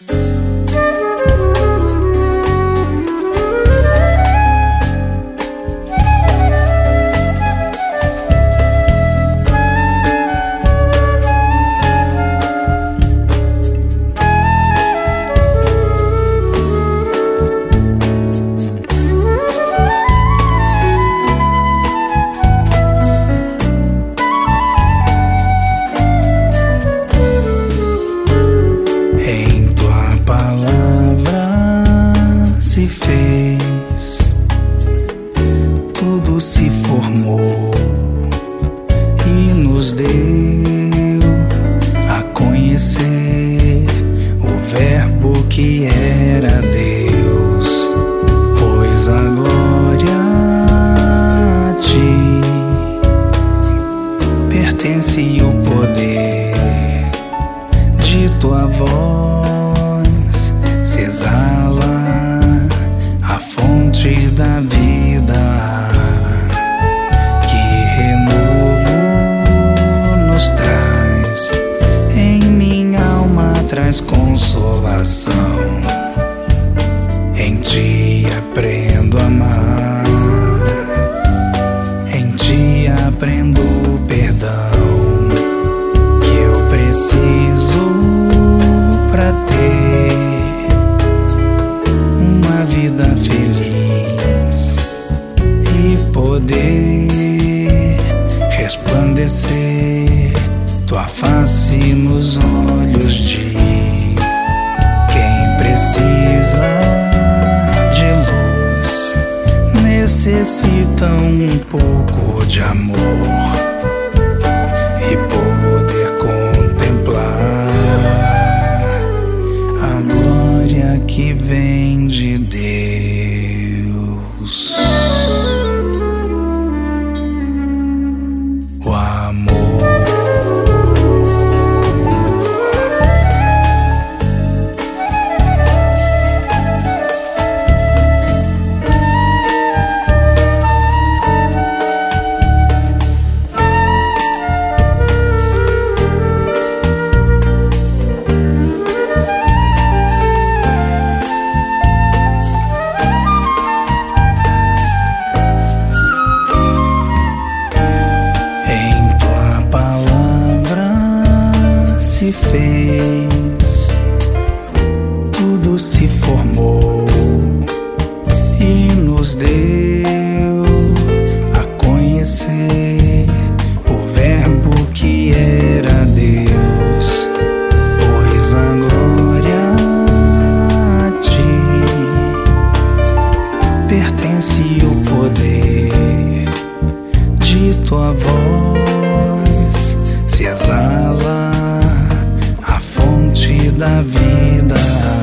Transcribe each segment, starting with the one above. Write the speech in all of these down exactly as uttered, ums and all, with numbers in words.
Se fez, tudo se formou e nos deu a conhecer o Verbo que era Deus, pois a glória a ti pertence o poder de tua voz se exala a fonte da vida, que renovo nos traz, em minha alma traz consolação. Em ti aprendo a amar, em ti aprendo o perdão que eu preciso pra ter uma vida feliz e poder resplandecer tua face nos olhos de quem precisa de luz, necessita um pouco de amor e poder contemplar a glória que vem de Deus. O amor. Se fez, tudo se formou e nos deu a conhecer o Verbo que era Deus, pois a glória a ti pertence o poder de tua voz se exala da vida,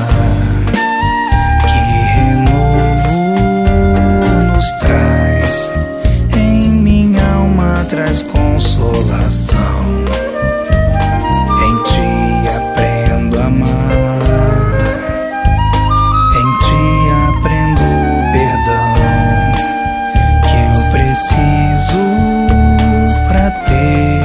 que renovo nos traz, em minha alma traz consolação. Em ti aprendo a amar, em ti aprendo o perdão que eu preciso pra ter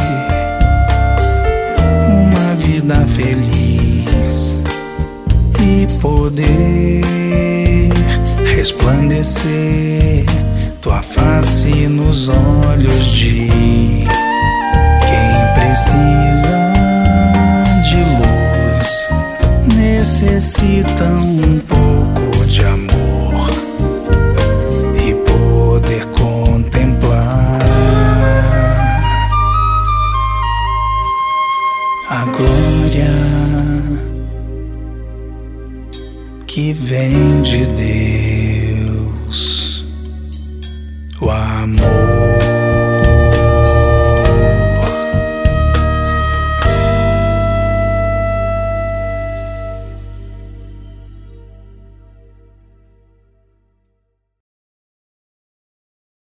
uma vida feliz e poder resplandecer tua face nos olhos de quem precisa de luz, necessita um pouco de amor e poder contemplar a glória que vem de Deus.